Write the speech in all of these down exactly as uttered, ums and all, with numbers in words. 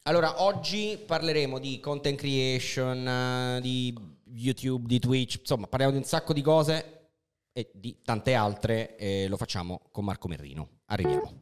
Allora, oggi parleremo di content creation, di YouTube, di Twitch, insomma, parliamo di un sacco di cose e di tante altre e lo facciamo con Marco Merrino. Arriviamo.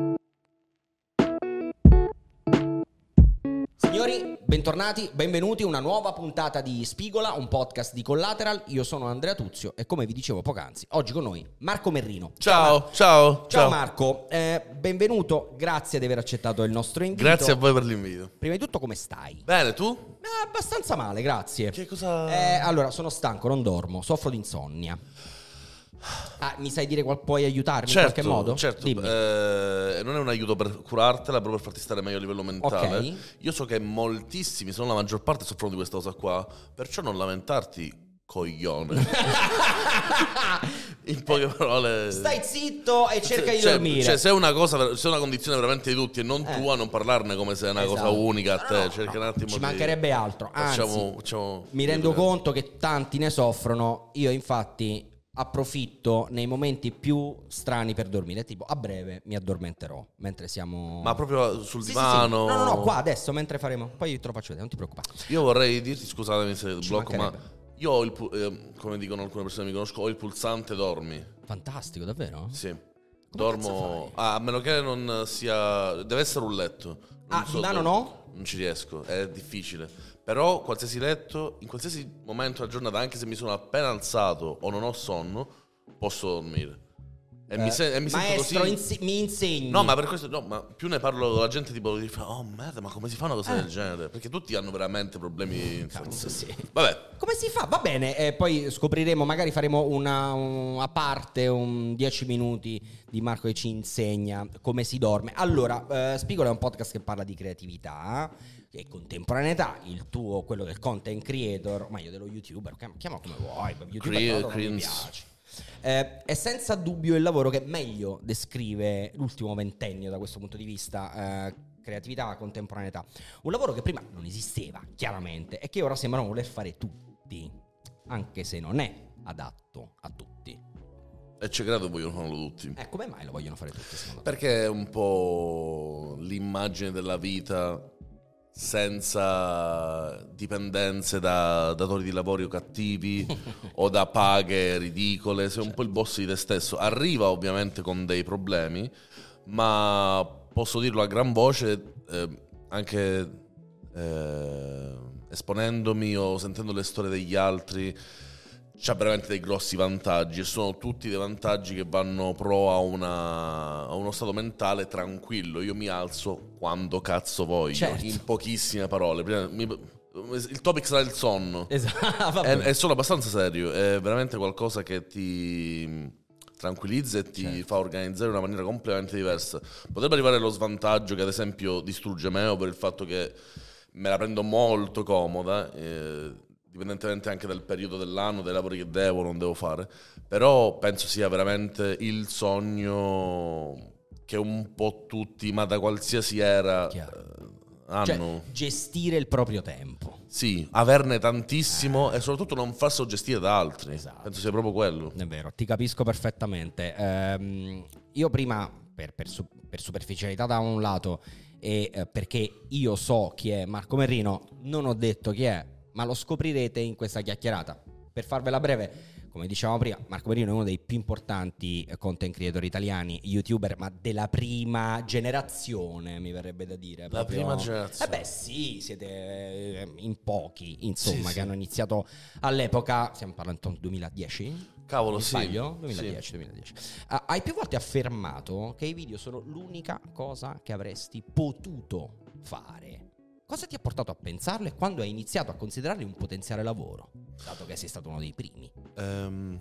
Signori, bentornati, benvenuti a una nuova puntata di Spigola, un podcast di Collateral. Io sono Andrea Tuzio e come vi dicevo poc'anzi, oggi con noi Marco Merrino. Ciao, ciao, ciao. Ciao Marco, eh, benvenuto, grazie di aver accettato il nostro invito. Grazie a voi per l'invito. Prima di tutto, come stai? Bene, tu? Eh, abbastanza male, grazie. Che cosa? Eh, allora, sono stanco, non dormo, soffro di insonnia. Ah, mi sai dire qual puoi aiutarmi certo, in qualche modo? Certo, Dimmi. eh, non è un aiuto per curartela, proprio per farti stare meglio a livello mentale. Ok. Io so che moltissimi, se non la maggior parte, soffrono di questa cosa qua, perciò non lamentarti, coglione. In poche parole, Stai zitto e cerca di cioè, dormire. Cioè, se è una cosa, se è una condizione veramente di tutti e non Eh. tua, non parlarne come se è una Esatto. cosa unica a te. No, Cerca no, un attimo ci di- mancherebbe altro. Anzi, Facciamo- facciamo- mi rendo conto che tanti ne soffrono. Io infatti approfitto nei momenti più strani per dormire. Tipo, a breve mi addormenterò mentre siamo... Ma proprio sul Sì, sì, divano? sì. No, no, no, qua adesso mentre faremo. Poi te lo faccio vedere, non ti preoccupare. Io vorrei dirti, scusatemi se Ci blocco, ma mancherebbe. io ho il, pu- eh, come dicono alcune persone che mi conosco, ho il pulsante dormi. Fantastico, davvero? Sì. cazzo Dormo. fai? Ah, a meno che non sia. Deve essere un letto. Non Ah, divano no? Non ci riesco, è difficile. Però qualsiasi letto, in qualsiasi momento della giornata, anche se mi sono appena alzato o non ho sonno, posso dormire. E mi, se- e mi sento Maestro, così. inse- mi insegni. No, ma per questo no, ma più ne parlo con la gente tipo di fa, oh merda, ma come si fa una cosa Eh. del genere? Perché tutti hanno veramente problemi. insomma. Cazzo, sì. Vabbè. Come si fa? Va bene, eh, poi scopriremo, magari faremo una, un- a parte un dieci minuti di Marco che ci insegna come si dorme. Allora, eh, Spigola è un podcast che parla di creatività e contemporaneità, il tuo, quello del content creator, ma io dello youtuber, chiam- chiamalo come vuoi, YouTuber Cre- però non mi cringe. piace. Eh, è senza dubbio il lavoro che meglio descrive l'ultimo ventennio da questo punto di vista, eh, creatività, contemporaneità. Un lavoro che prima non esisteva, chiaramente, e che ora sembrano voler fare tutti, anche se non è adatto a tutti. E ci credo vogliono farlo tutti. Eh, come mai lo vogliono fare tutti, secondo te? Perché è un po' l'immagine della vita senza dipendenze da datori di lavoro cattivi o da paghe ridicole. Sei un po' il boss di te stesso. Arriva ovviamente con dei problemi, ma posso dirlo a gran voce, eh, anche eh, esponendomi o sentendo le storie degli altri. C'ha veramente dei grossi vantaggi e sono tutti dei vantaggi che vanno pro a, una, a uno stato mentale tranquillo. Io mi alzo quando cazzo voglio, Certo. in pochissime parole. Prima mi- il topic sarà il sonno. Esatto, È, è solo abbastanza serio, è veramente qualcosa che ti tranquillizza e ti Certo. fa organizzare in una maniera completamente diversa. Potrebbe arrivare lo svantaggio che ad esempio distrugge me o per il fatto che me la prendo molto comoda, eh, dipendentemente anche dal periodo dell'anno, dei lavori che devo o non devo fare, però penso sia veramente il sogno che un po' tutti, ma da qualsiasi era, Chiaro. eh, hanno. Cioè, gestire il proprio tempo. Sì, averne tantissimo e soprattutto non farselo gestire da altri. Esatto. Penso sia proprio quello. È vero, ti capisco perfettamente. Ehm, io prima, per, per, su- per superficialità da un lato e eh, perché io so chi è Marco Merrino, non ho detto chi è, ma lo scoprirete in questa chiacchierata. Per farvela breve, come dicevamo prima, Marco Merrino è uno dei più importanti content creator italiani, youtuber, ma della prima generazione, mi verrebbe da dire. La proprio. prima generazione. Eh beh sì, siete eh, in pochi, insomma, Sì, che sì. hanno iniziato all'epoca, stiamo parlando intorno al duemiladieci? Cavolo, Mi sì. sbaglio? duemiladieci, duemiladieci. Ah, hai più volte affermato che i video sono l'unica cosa che avresti potuto fare. Cosa ti ha portato a pensarlo e quando hai iniziato a considerarli un potenziale lavoro? Dato che sei stato uno dei primi. Ehm,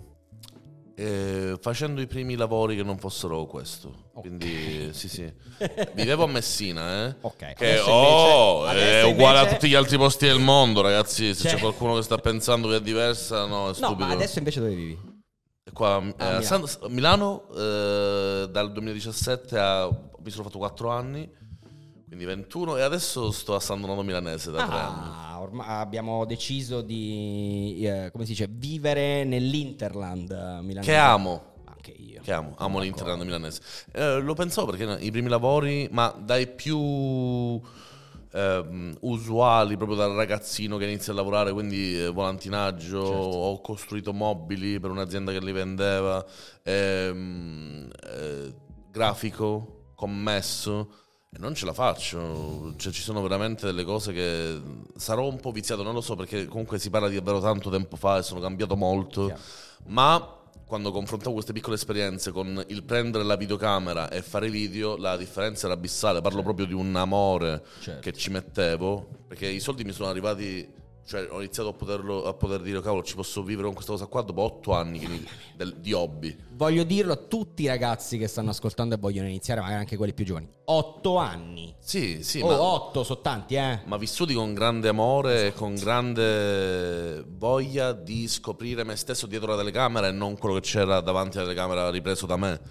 eh, facendo i primi lavori che non fossero questo. Ok. Quindi, sì, sì. Vivevo a Messina, eh. Ok. Che adesso oh, invece- è adesso uguale invece- a tutti gli altri posti del mondo, ragazzi. Se Cioè- c'è qualcuno che sta pensando che è diversa, no, è No, stupido. ma adesso invece dove vivi? E qua, eh, Ah, a San- Milano, eh, dal duemiladiciassette a, mi sono fatto quattro anni, quindi ventuno, e adesso sto a San Donato Milanese da tre anni. Ah, ormai abbiamo deciso di, eh, come si dice, vivere nell'Interland eh, milanese. Che amo. Anche io. Che amo, amo D'accordo. l'Interland milanese. Eh, lo pensavo perché i primi lavori, ma dai più ehm, usuali proprio dal ragazzino che inizia a lavorare, quindi eh, volantinaggio, Certo. ho costruito mobili per un'azienda che li vendeva, ehm, eh, grafico, commesso, e non ce la faccio, cioè ci sono veramente delle cose che sarò un po' viziato, non lo so, perché comunque si parla di davvero tanto tempo fa e sono cambiato molto, Chiaro. ma quando confrontavo queste piccole esperienze con il prendere la videocamera e fare video, la differenza era abissale. Parlo Certo. proprio di un amore Certo. che ci mettevo, perché i soldi mi sono arrivati, cioè ho iniziato a, poterlo, a poter dire cavolo, ci posso vivere con questa cosa qua dopo otto anni di, del- di hobby. Voglio dirlo a tutti i ragazzi che stanno ascoltando e vogliono iniziare, magari anche quelli più giovani. Otto anni. Sì, sì, Oh, ma, otto sono tanti, eh. ma vissuti con grande amore e con grande voglia di scoprire me stesso dietro la telecamera e non quello che c'era davanti alla telecamera ripreso da me.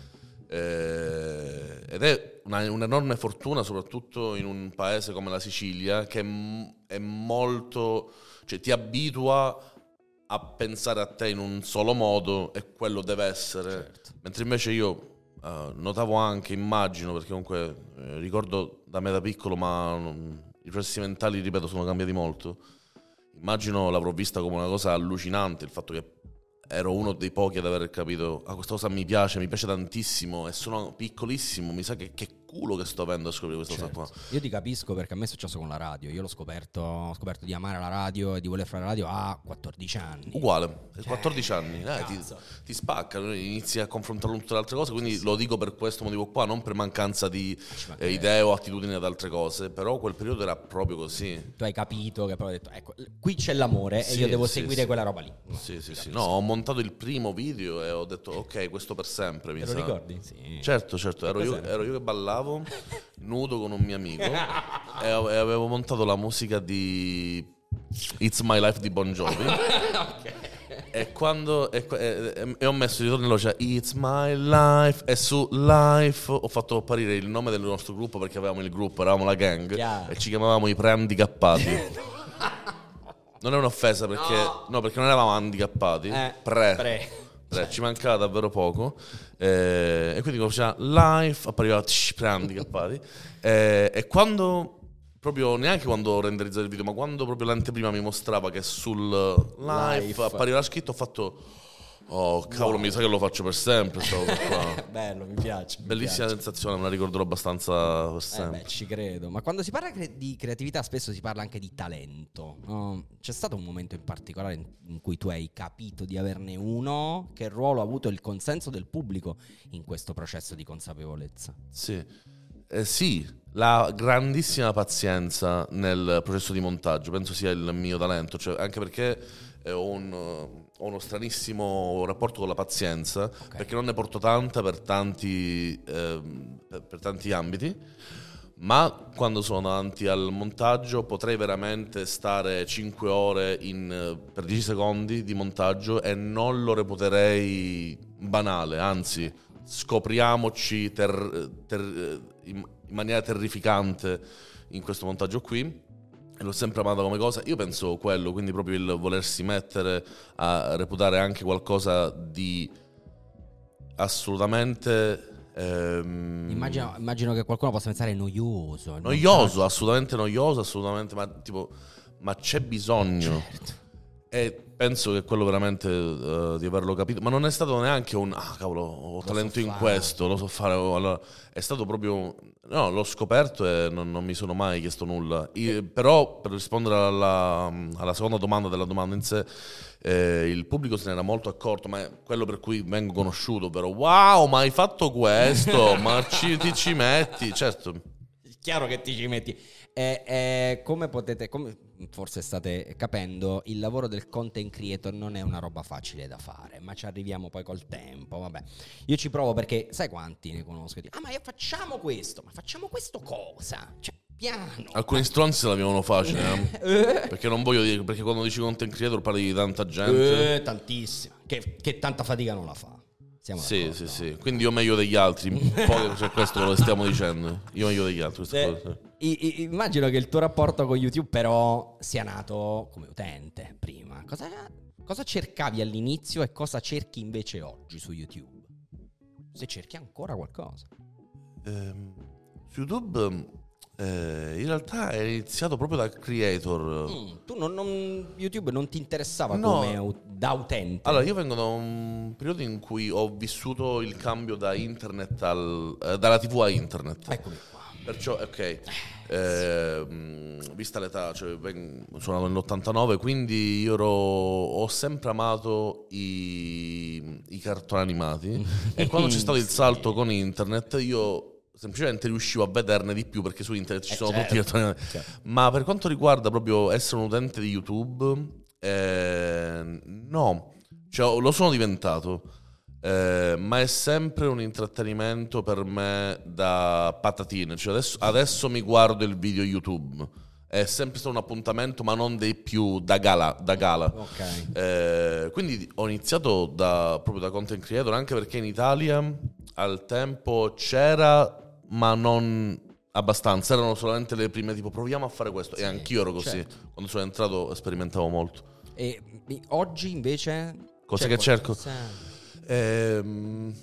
Eh, ed è una, un'enorme fortuna, soprattutto in un paese come la Sicilia, che è, m- è molto, cioè ti abitua a pensare a te in un solo modo e quello deve essere. Certo. Mentre invece io eh, notavo anche, immagino, perché comunque eh, ricordo da me da piccolo, ma non- i processi mentali, ripeto, sono cambiati molto. Immagino l'avrò vista come una cosa allucinante, il fatto che ero uno dei pochi ad aver capito, ah, questa cosa mi piace, mi piace tantissimo e sono piccolissimo, mi sa che, che culo che sto avendo a scoprire questa Certo. cosa qua. Io ti capisco perché a me è successo con la radio. Io l'ho scoperto, ho scoperto di amare la radio e di voler fare la radio a quattordici anni. Uguale, Cioè, quattordici anni, eh, ti, cazzo. ti spacca, inizi a confrontarlo con tutte le altre cose, quindi lo dico per questo motivo qua, non per mancanza di eh, idee o attitudini ad altre cose, però quel periodo era proprio così. Tu hai capito che proprio hai detto, ecco, qui c'è l'amore e Sì, io devo sì, seguire sì. quella roba lì. Sì, sì, sì. No, ho montato il primo video e ho detto ok, questo per sempre, mi Te lo sa. ricordi? Sì. Certo, certo, ero io, cos'era? ero io che ballavo nudo con un mio amico e ave- e avevo montato la musica di It's My Life di Bon Jovi. E quando e, e- e ho messo il ritornello, cioè It's My Life, e su Life ho fatto apparire il nome del nostro gruppo, perché avevamo il gruppo, eravamo la gang Chiaro. e ci chiamavamo i prehandicappati. Non è un'offesa perché No. no, perché non eravamo handicappati, Eh, pre. pre. Tre, ci mancava davvero poco, eh, e quindi come faceva live appariva tsh, prehandicappati, eh, e quando proprio neanche quando ho renderizzato il video, ma quando proprio l'anteprima mi mostrava che sul live, Live. appariva scritto, ho fatto oh cavolo, mi sa che lo faccio per sempre sta cosa qua. Bello, mi piace. mi Bellissima piace. sensazione, me la ricorderò abbastanza per Eh sempre. beh, ci credo. Ma quando si parla cre- di creatività spesso si parla anche di talento, no? C'è stato un momento in particolare in, in cui tu hai capito di averne uno? Che ruolo ha avuto il consenso del pubblico in questo processo di consapevolezza? Sì. Eh, sì, la grandissima pazienza nel processo di montaggio penso sia il mio talento, cioè, anche perché eh, ho, un, ho uno stranissimo rapporto con la pazienza, perché non ne porto tanta per tanti, ehm, per, per tanti ambiti, ma quando sono davanti al montaggio potrei veramente stare cinque ore in, eh, per dieci secondi di montaggio e non lo reputerei banale, anzi scopriamoci ter- ter- in in maniera terrificante in questo montaggio qui, e l'ho sempre amato come cosa. Io penso quello, quindi proprio il volersi mettere a reputare anche qualcosa di assolutamente ehm, Immagino, immagino che qualcuno possa pensare noioso. il noioso, assolutamente noioso, assolutamente, ma tipo, ma c'è bisogno. Certo. E penso che quello veramente eh, di averlo capito, ma non è stato neanche un ah cavolo, ho talento so in fare. questo, lo so fare. oh, Allora, è stato proprio no, l'ho scoperto e non, non mi sono mai chiesto nulla. Io- però per rispondere alla, alla seconda domanda della domanda in sé, eh, il pubblico se ne era molto accorto, ma è quello per cui vengo conosciuto, ovvero wow, ma hai fatto questo, ma ci, ti ci metti, certo. È chiaro che ti ci metti. Eh, eh, come potete, come forse state capendo, il lavoro del content creator non è una roba facile da fare, ma ci arriviamo poi col tempo. Vabbè, io ci provo perché sai quanti ne conosco? Ah, ma facciamo questo, ma facciamo questo cosa? Cioè, piano. Alcuni stronzi se l'avevano facile, eh? Perché non voglio dire, perché quando dici content creator parli di tanta gente. Eh, tantissimo. Che, che tanta fatica non la fa. Siamo Sì, d'accordo? sì, sì. Quindi io meglio degli altri. Poi cioè, questo è quello che stiamo dicendo. Io meglio degli altri. questa Eh, cosa, sì. i- i- immagino che il tuo rapporto con YouTube però sia nato come utente prima. Cosa, cosa cercavi all'inizio e cosa cerchi invece oggi su YouTube? Se cerchi ancora qualcosa. Ehm, su YouTube Eh, in realtà è iniziato proprio da creator. Mm, tu non, non- YouTube non ti interessava No. come au- da utente? Allora, io vengo da un periodo in cui ho vissuto il cambio da internet al, eh, dalla tivù a internet. Eccomi qua. Perciò, ok, eh, mh, vista l'età, cioè, ven- sono nato nell'ottantanove, quindi io ero- ho sempre amato i, i cartoni animati e quando c'è stato il Sì. salto con internet io semplicemente riuscivo a vederne di più perché su internet ci Eh, sono certo, tutti i cartoni animati. certo. Ma per quanto riguarda proprio essere un utente di YouTube, eh, no, cioè, lo sono diventato. Eh, ma è sempre un intrattenimento per me da patatine. Cioè adesso, adesso mi guardo il video YouTube. È sempre stato un appuntamento, ma non dei più da gala. Da gala. Ok. Eh, quindi ho iniziato da, proprio da content creator, anche perché in Italia al tempo c'era, ma non abbastanza. Erano solamente le prime, tipo proviamo a fare questo. Sì, e anch'io ero così. certo. Quando sono entrato sperimentavo molto. E e oggi invece... Cosa c'è che cerco? qualcosa- Ehm,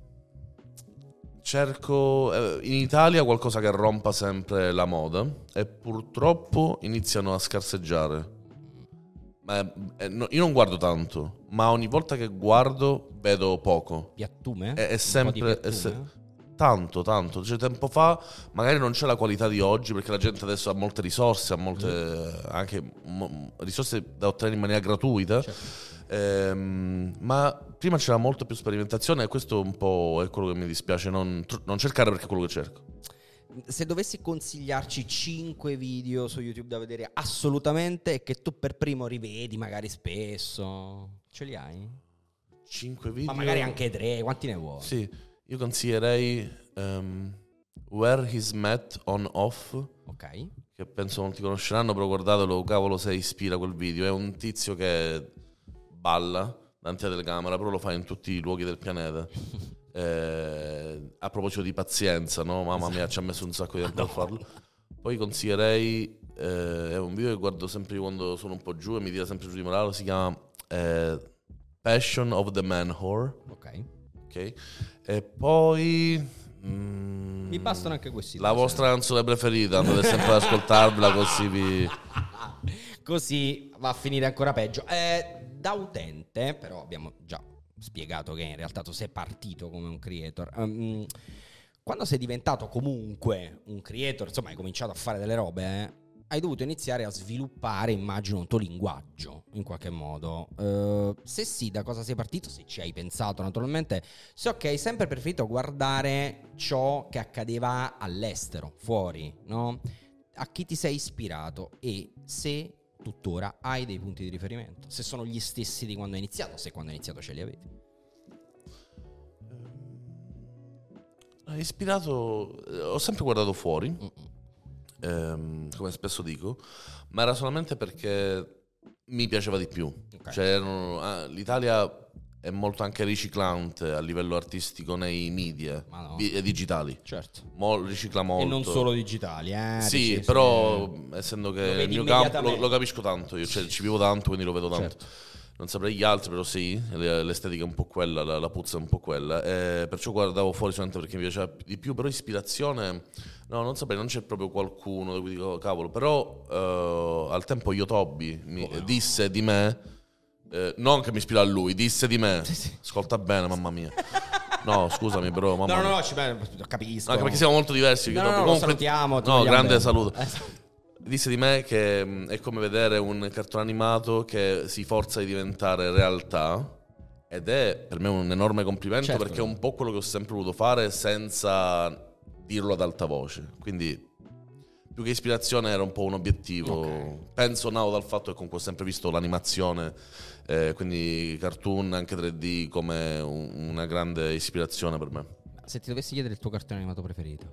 cerco eh, in Italia qualcosa che rompa sempre la moda e purtroppo iniziano a scarseggiare. Ma, eh, no, io non guardo tanto, ma ogni volta che guardo vedo poco. Piattume? È, è Un po' di sempre è se- piattume? tanto, tanto. Cioè, tempo fa magari non c'è la qualità di oggi perché la gente adesso ha molte risorse, ha molte Mm. anche mo- risorse da ottenere in maniera gratuita. Certo. Ehm, ma prima c'era molto più sperimentazione e questo un po' è quello che mi dispiace non, tr- non cercare perché è quello che cerco. Se dovessi consigliarci cinque video su YouTube da vedere assolutamente e che tu per primo rivedi magari spesso, ce li hai? Cinque video. Ma magari anche tre, quanti ne vuoi? Sì, io consiglierei ehm, Where He's Met On Off, Ok. che penso non ti conosceranno, però guardatelo, cavolo se ispira quel video. È un tizio che balla davanti alla telecamera, però lo fa in tutti i luoghi del pianeta. Eh, a proposito di pazienza, no? Mamma mia, ci ha messo un sacco di tempo a farlo. Poi consiglierei, eh, è un video che guardo sempre quando sono un po' giù e mi tira sempre giù di morale, si chiama eh, Passion of the Man Whore. Ok. Ok. E poi mm, Mi bastano anche questi. la due, vostra canzone preferita, andate sempre ad ascoltarvela così vi... Così va a finire ancora peggio. Eh, da utente, però abbiamo già spiegato che in realtà tu sei partito come un creator. Um, quando sei diventato comunque un creator, insomma hai cominciato a fare delle robe, eh, hai dovuto iniziare a sviluppare, immagino, un tuo linguaggio in qualche modo. Uh, se sì, da cosa sei partito? Se ci hai pensato naturalmente. So che hai sempre preferito guardare ciò che accadeva all'estero, fuori, no? A chi ti sei ispirato e se tuttora hai dei punti di riferimento, se sono gli stessi di quando hai iniziato, se quando hai iniziato ce li avevi. Ha ispirato, eh, ho sempre guardato fuori, Mm-mm. ehm, come spesso dico, ma era solamente perché mi piaceva di più. Ok. Cioè, erano- ah, l'Italia è molto anche riciclante a livello artistico nei media Ma no. vi- e digitali. Certo. Mol- ricicla molto. E non solo digitali, eh. Sì, dici, però sì. essendo Lo che il vedi mio campo lo, immediatamente. lo capisco tanto, io cioè, ci vivo tanto, quindi lo vedo tanto. Certo. Non saprei gli altri, però sì, le- l'estetica è un po' quella, la, la puzza è un po' quella. E perciò guardavo fuori solamente perché mi piaceva di più, però ispirazione, no, non saprei, non c'è proprio qualcuno da cui dico, cavolo, però eh, al tempo Yotobi mi Come no? disse di me, eh, non che mi ispira a lui, disse di me, Sì, sì. ascolta bene, mamma mia. No, scusami, però, mamma No, no, mia. no, ci capisco. No, anche perché siamo molto diversi. No, Yotobi. no, no, lo Comunque- salutiamo, ti No, vogliamo grande bene. saluto. Eh, Disse di me che mh, è come vedere un cartone animato che si forza di diventare realtà ed è per me un enorme complimento Certo. perché è un po' quello che ho sempre voluto fare senza dirlo ad alta voce. Quindi più che ispirazione era un po' un obiettivo. Ok. Penso nato dal fatto che comunque ho sempre visto l'animazione, eh, quindi cartoon anche tre D come un- una grande ispirazione per me. Se ti dovessi chiedere il tuo cartone animato preferito.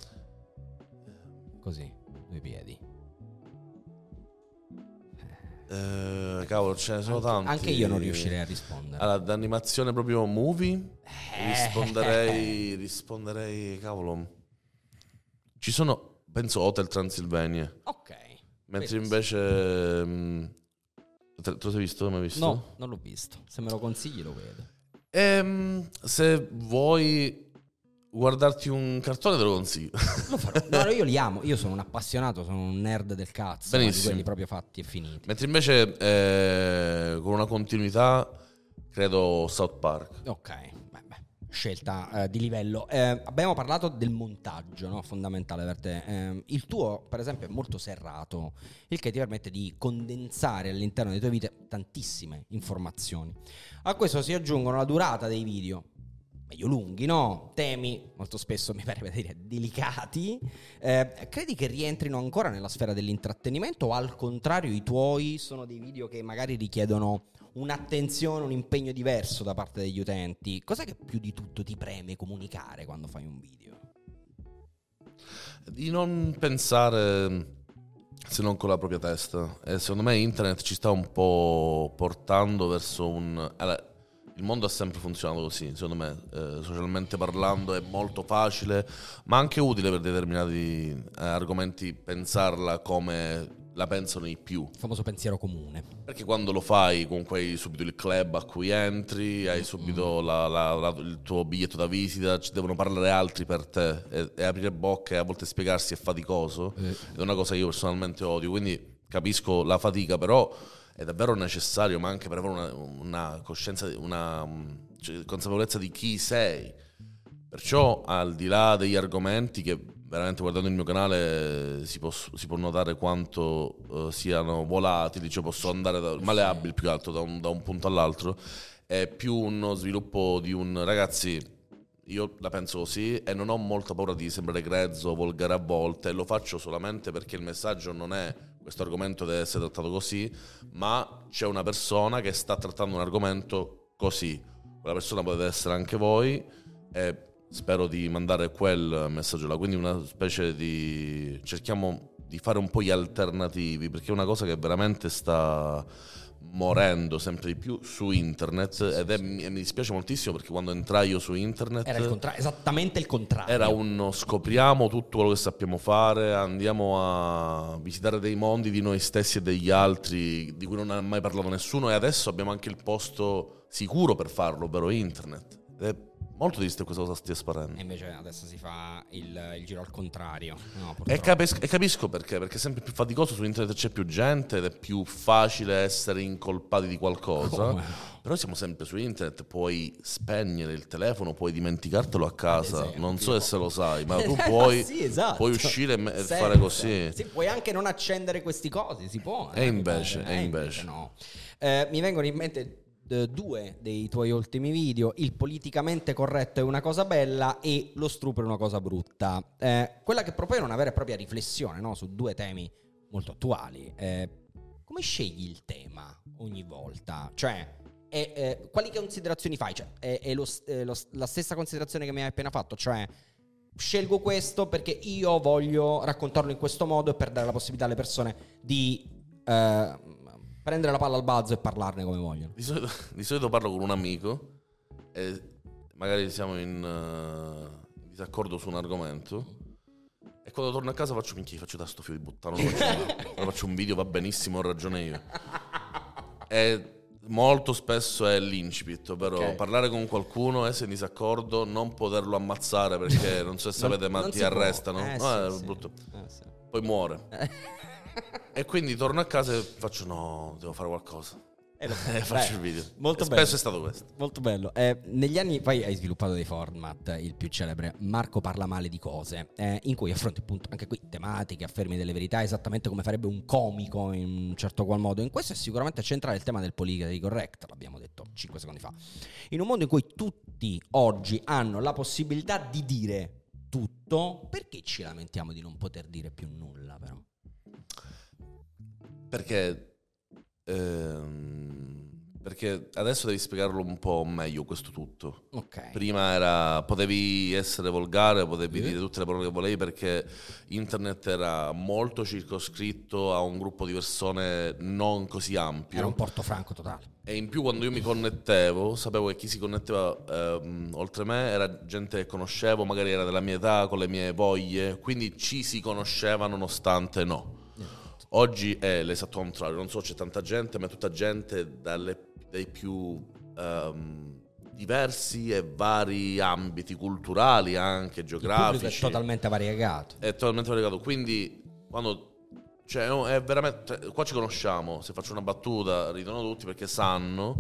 Così, due piedi. Eh, cavolo, ce ne sono Anche, tanti. anche io non riuscirei a rispondere. Allora, d'animazione proprio movie, Eh. risponderei, risponderei, cavolo. Ci sono, penso, Hotel Transylvania. Ok. Mentre Bellissimo. invece... mh, te, te lo sei visto? L'hai mai visto? No, non l'ho visto. Se me lo consigli lo vedo. Ehm, se vuoi Guardarti un cartone te lo consiglio. Lo farò. No, io li amo, io sono un appassionato, sono un nerd del cazzo, di quelli proprio fatti e finiti. Mentre invece eh, con una continuità credo South Park. Ok, beh, beh, scelta eh, di livello. Eh, abbiamo parlato del montaggio, no? Fondamentale per te. Eh, il tuo, per esempio, è molto serrato, il che ti permette di condensare all'interno dei tuoi video tantissime informazioni. A questo si aggiungono la durata dei video, meglio lunghi, no? Temi molto spesso, mi pare dire, delicati. Eh, credi che rientrino ancora nella sfera dell'intrattenimento o al contrario i tuoi sono dei video che magari richiedono un'attenzione, un impegno diverso da parte degli utenti? Cos'è che più di tutto ti preme comunicare quando fai un video? Di non pensare se non con la propria testa. E secondo me internet ci sta un po' portando verso un... Allora, il mondo ha sempre funzionato così, secondo me, eh, socialmente parlando è molto facile, ma anche utile per determinati eh, argomenti pensarla come la pensano i più. Il famoso pensiero comune. Perché quando lo fai comunque hai subito il club a cui entri, hai subito la, la, la, il tuo biglietto da visita, ci devono parlare altri per te e, e aprire bocca e a volte spiegarsi è faticoso, eh. È una cosa che io personalmente odio, quindi capisco la fatica, però è davvero necessario, ma anche per avere una, una coscienza, una cioè, consapevolezza di chi sei. Perciò al di là degli argomenti che veramente guardando il mio canale si può, si può notare quanto uh, siano volatili, cioè posso andare da, maleabili più che altro da un, da un punto all'altro, è più uno sviluppo di un ragazzi, io la penso così e non ho molta paura di sembrare grezzo, volgare a volte, lo faccio solamente perché il messaggio non è questo argomento deve essere trattato così, ma c'è una persona che sta trattando un argomento così, quella persona potete essere anche voi e spero di mandare quel messaggio là, quindi una specie di... cerchiamo di fare un po' gli alternativi, perché è una cosa che veramente sta morendo sempre di più su internet, sì, ed è, sì. mi, mi dispiace moltissimo perché quando entrai io su internet era il contra- esattamente il contrario, era uno scopriamo tutto quello che sappiamo fare, andiamo a visitare dei mondi di noi stessi e degli altri di cui non ha mai parlato nessuno, e adesso abbiamo anche il posto sicuro per farlo, ovvero internet. Ed è molto triste questa cosa stia sparendo. E invece adesso si fa il, il giro al contrario. No, e, capisco, e capisco perché, perché è sempre più faticoso, su internet c'è più gente ed è più facile essere incolpati di qualcosa. Oh, però siamo sempre su internet, puoi spegnere il telefono, puoi dimenticartelo a casa, esempio, non so se lo sai, ma tu puoi, sì, esatto. puoi uscire e sempre fare così. Sì, puoi anche non accendere questi cosi, si può. E invece, e invece. No. Eh, mi vengono in mente due dei tuoi ultimi video: il politicamente corretto è una cosa bella e lo stupro è una cosa brutta, eh, quella che propone una vera e propria riflessione, no? Su due temi molto attuali. Eh, come scegli il tema ogni volta? Cioè, è, eh, quali considerazioni fai? Cioè, è, è, lo, è lo, la stessa considerazione che mi hai appena fatto, cioè scelgo questo perché io voglio raccontarlo in questo modo e per dare la possibilità alle persone di eh, prendere la palla al balzo e parlarne come vogliono. Di solito, di solito parlo con un amico e magari siamo in uh, disaccordo su un argomento e quando torno a casa faccio minchia, faccio da sto filo di buttano, faccio, faccio un video, va benissimo, ho ragione io. E molto spesso è l'incipit, ovvero okay. parlare con qualcuno, essere in disaccordo, non poterlo ammazzare perché non so se sapete, ma ti arrestano. Eh, no, sì, è brutto. Sì. Eh, sì. Poi muore. E quindi torno a casa e faccio no, devo fare qualcosa. E lo eh, faccio beh, il video. Molto e bello. Spesso è stato questo. Molto bello. Eh, negli anni poi hai sviluppato dei format, il più celebre Marco parla male di cose, eh, in cui affronti appunto anche qui tematiche, affermi delle verità esattamente come farebbe un comico in un certo qual modo. In questo è sicuramente centrale il tema del politically correct, l'abbiamo detto cinque secondi fa. In un mondo in cui tutti oggi hanno la possibilità di dire tutto, perché ci lamentiamo di non poter dire più nulla però? Perché ehm, perché adesso devi spiegarlo un po' meglio questo tutto. Okay. Prima era potevi essere volgare, potevi sì. dire tutte le parole che volevi perché internet era molto circoscritto a un gruppo di persone non così ampio. Era un portofranco totale. E in più quando io mi connettevo sapevo che chi si connetteva ehm, oltre me era gente che conoscevo, magari era della mia età, con le mie voglie, quindi ci si conosceva nonostante no. Oggi è l'esatto contrario, non so, c'è tanta gente, ma è tutta gente dalle, dai più um, diversi e vari ambiti culturali, anche geografici. Il è totalmente variegato. È totalmente variegato, quindi quando cioè è veramente qua ci conosciamo, se faccio una battuta ridono tutti perché sanno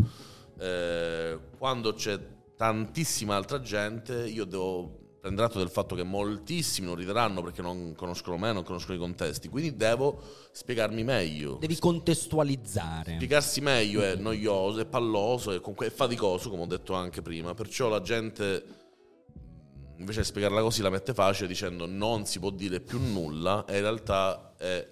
eh, quando c'è tantissima altra gente io devo prendere atto del fatto che moltissimi non rideranno perché non conoscono me, non conoscono i contesti, quindi devo spiegarmi meglio. Devi contestualizzare. Spiegarsi meglio è noioso, è palloso, è, comunque è faticoso, come ho detto anche prima, perciò la gente invece di spiegarla così la mette facile dicendo non si può dire più nulla e in realtà è,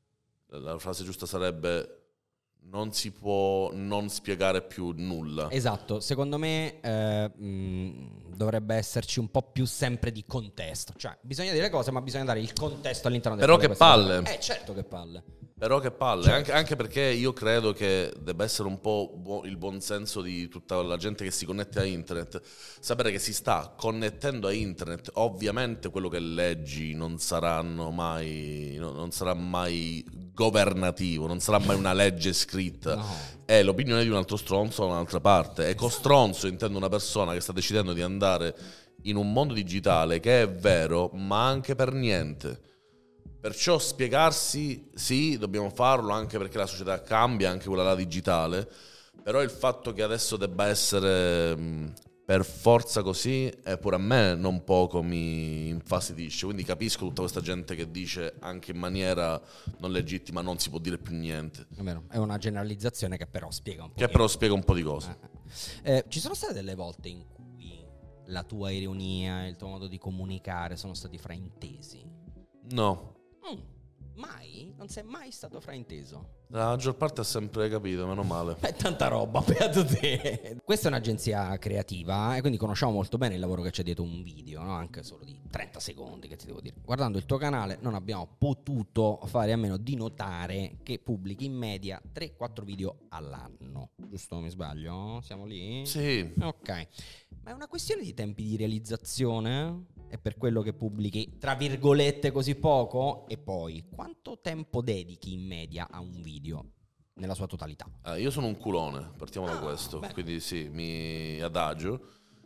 la frase giusta sarebbe non si può non spiegare più nulla. Esatto, secondo me eh, mh, dovrebbe esserci un po' più sempre di contesto, cioè bisogna dire cose ma bisogna dare il contesto all'interno del Però che palle. Eh certo che palle. Però che palle, certo. anche, anche perché io credo che debba essere un po' bu- il buon senso di tutta la gente che si connette a internet, sapere che si sta connettendo a internet, ovviamente quello che leggi non saranno mai, no, non sarà mai governativo, non sarà mai una legge scritta, No. È l'opinione di un altro stronzo da un'altra parte, e con stronzo intendo una persona che sta decidendo di andare in un mondo digitale che è vero, ma anche per niente. Perciò spiegarsi, sì, dobbiamo farlo anche perché la società cambia, anche quella là digitale, però il fatto che adesso debba essere mh, per forza così, e pure a me non poco mi infastidisce, quindi capisco tutta questa gente che dice anche in maniera non legittima non si può dire più niente. È vero, è una generalizzazione che però spiega un po'. Che però spiega un po' di cose. Eh, eh, ci sono state delle volte in cui la tua ironia e il tuo modo di comunicare sono stati fraintesi? No. Mm, mai? Non sei mai stato frainteso? La maggior parte ha sempre capito, meno male. È tanta roba, beato te. Questa è un'agenzia creativa e quindi conosciamo molto bene il lavoro che c'è dietro un video, no? Anche solo di trenta secondi, che ti devo dire. Guardando il tuo canale non abbiamo potuto fare a meno di notare che pubblichi in media tre quattro video all'anno. Giusto, mi sbaglio? Siamo lì? Sì. Ok. Ma è una questione di tempi di realizzazione? È per quello che pubblichi, tra virgolette, così poco? E poi, quanto tempo dedichi in media a un video nella sua totalità? Eh, io sono un culone, partiamo Ah, da questo, beh. quindi sì, mi adagio.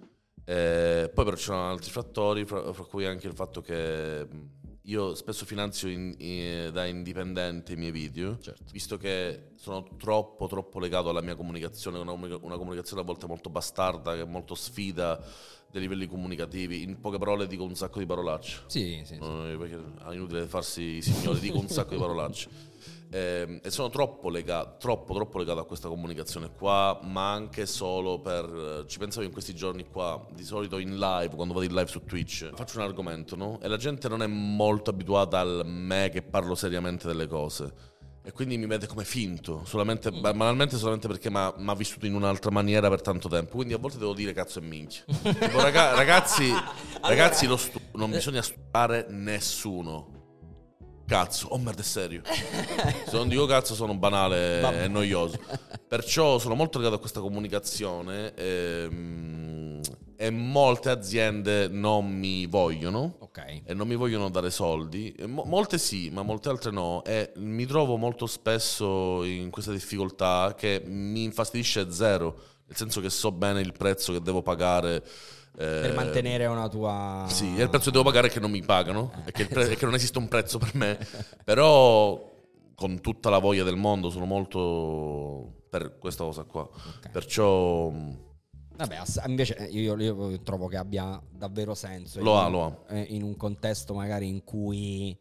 Eh, poi però ci sono altri fattori, fra, fra cui anche il fatto che io spesso finanzio in- in- da indipendente i miei video, Certo. visto che sono troppo troppo legato alla mia comunicazione, una, comunica- una comunicazione a volte molto bastarda, che molto sfida dei livelli comunicativi. In poche parole dico un sacco di parolacce. Sì, sì, sì. Eh, perché è inutile farsi i signori, dico un sacco di parolacce. Eh, e sono troppo legato, troppo, troppo legato a questa comunicazione qua, ma anche solo per... Ci pensavo in questi giorni qua, di solito in live, quando vado in live su Twitch, faccio un argomento, no? E la gente non è molto abituata al me che parlo seriamente delle cose. E quindi mi vede come finto, solamente, Mm. banalmente solamente perché mi ha vissuto in un'altra maniera per tanto tempo. Quindi a volte devo dire cazzo e minchia. Tipo, raga- ragazzi, ragazzi lo stu- non bisogna studiare nessuno. Cazzo, oh merda, è serio. Se non dico cazzo sono banale Vabbè. e noioso. Perciò sono molto legato a questa comunicazione ehm, e molte aziende non mi vogliono. Ok. E non mi vogliono dare soldi. E mo- molte sì, ma molte altre no. E mi trovo molto spesso in questa difficoltà che mi infastidisce zero. Nel senso che so bene il prezzo che devo pagare Per mantenere una tua... sì, è il prezzo che devo pagare che non mi pagano e che, il pre- e che non esiste un prezzo per me. Però con tutta la voglia del mondo sono molto per questa cosa qua. Ok. Perciò Vabbè, ass- invece io, io trovo che abbia davvero senso. Lo in, ha, lo ha. eh, In un contesto magari in cui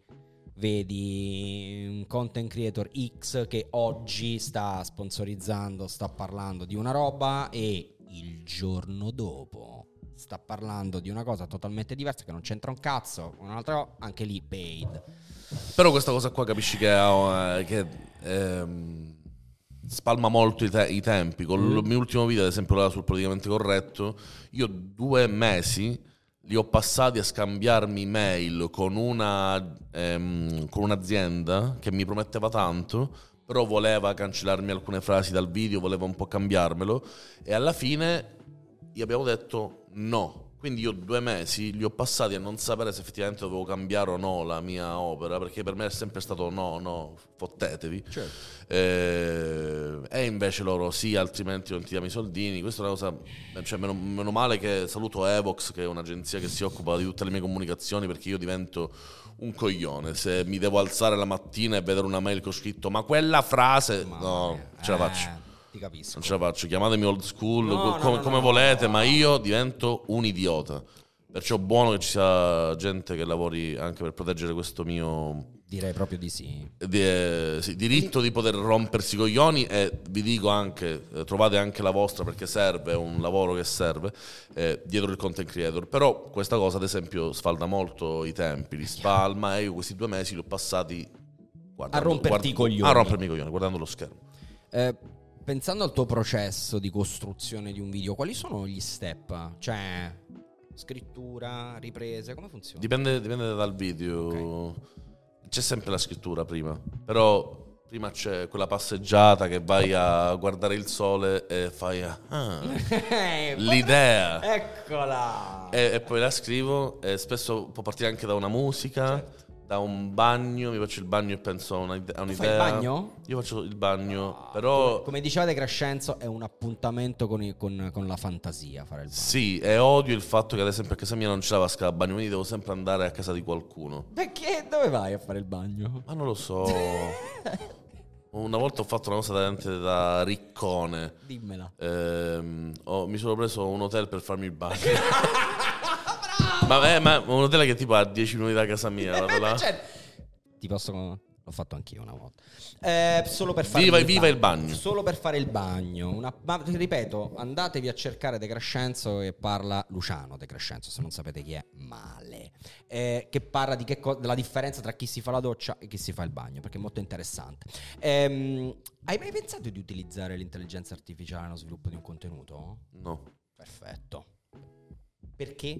vedi un content creator X che oggi sta sponsorizzando, sta parlando di una roba e il giorno dopo sta parlando di una cosa totalmente diversa che non c'entra un cazzo, un'altra, anche lì paid. Però questa cosa qua capisci che, ha, eh, che ehm, spalma molto i, te- i tempi. Con Mm. il mio ultimo video, ad esempio, là sul politicamente corretto, io due mesi li ho passati a scambiarmi mail con una ehm, con un'azienda che mi prometteva tanto, però voleva cancellarmi alcune frasi dal video, voleva un po' cambiarmelo, e alla fine gli abbiamo detto no. Quindi io due mesi li ho passati a non sapere se effettivamente dovevo cambiare o no la mia opera, perché per me è sempre stato no, no, fottetevi. Certo. Eh, e invece loro sì, altrimenti non ti diamo i soldini. Questa è una cosa, cioè meno, meno male che saluto Evox, che è un'agenzia che si occupa di tutte le mie comunicazioni, perché io divento un coglione se mi devo alzare la mattina e vedere una mail che ho scritto ma quella frase, Mamma no, mia. ce la Eh, faccio. Ti capisco. Non ce la faccio, chiamatemi old school, No, co- no, come, no, come no, volete, no. ma io divento un idiota. Perciò è buono che ci sia gente che lavori anche per proteggere questo mio Direi proprio di sì. di- eh, sì, diritto di poter rompersi i coglioni. E vi dico anche, eh, trovate anche la vostra, perché serve, è un lavoro che serve, eh, dietro il content creator. Però questa cosa ad esempio sfalda molto i tempi, li spalma, e io questi due mesi li ho passati guardando, A romperti i coglioni. a rompermi i coglioni, guardando lo schermo. Eh, pensando al tuo processo di costruzione di un video, quali sono gli step? Cioè, scrittura, riprese, come funziona? Dipende, dipende dal video. Ok. C'è sempre la scrittura prima, però prima c'è quella passeggiata che vai a guardare il sole e fai ah, l'idea. Eccola! E, e poi la scrivo, e spesso può partire anche da una musica, Certo. da un bagno. Mi faccio il bagno e penso a, una, a un'idea. fai il bagno? Io faccio il bagno, però Come dicevate Crescenzo, è un appuntamento con, i- con- con la fantasia fare il bagno. sì, e odio il fatto che ad esempio a casa mia non c'è la vasca da bagno, quindi devo sempre andare a casa di qualcuno. Perché? Dove vai a fare il bagno? Ma non lo so. Una volta ho fatto una cosa da, da riccone. Dimmela. Ehm, ho- mi sono preso un hotel per farmi il bagno. ma, eh, ma un hotel che tipo a dieci minuti da casa mia. Vado là. Cioè, ti posso... L'ho fatto anch'io una volta. Eh, solo per fare Viva- il viva bagno. il bagno. Solo per fare il bagno. Una- ma ripeto, andatevi a cercare De Crescenzo, e parla Luciano De Crescenzo, se non sapete chi è, male. Eh, che parla di che co- della differenza tra chi si fa la doccia e chi si fa il bagno, perché è molto interessante. Ehm, hai mai pensato di utilizzare l'intelligenza artificiale nello sviluppo di un contenuto? No. Perfetto. Perché?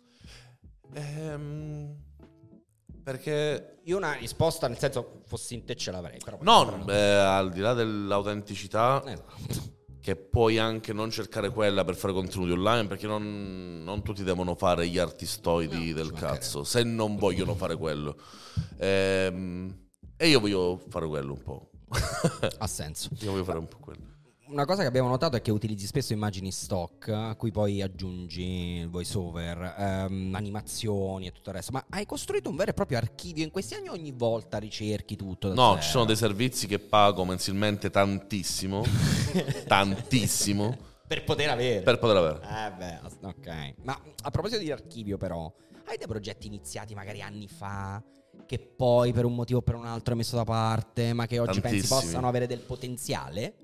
Ehm, perché Io una risposta, nel senso, fossi in te ce l'avrei. Però no, però eh, al di là dell'autenticità, Esatto. che puoi anche non cercare quella per fare contenuti online, perché non, non tutti devono fare gli artistoidi No, del ci cazzo, se non vogliono fare quello. Ehm, e io voglio fare quello un po'. Ha senso. Io voglio fare un po' quello. Una cosa che abbiamo notato è che utilizzi spesso immagini stock a cui poi aggiungi il voice over, ehm, animazioni e tutto il resto. Ma hai costruito un vero e proprio archivio in questi anni? Ogni volta ricerchi tutto da No, zero? ci sono dei servizi che pago mensilmente tantissimo, tantissimo, per poter avere. per poter avere. Eh beh, as- ok. Ma a proposito di archivio però, hai dei progetti iniziati magari anni fa che poi per un motivo o per un altro hai messo da parte, ma che oggi pensi Tantissimi. possano avere del potenziale?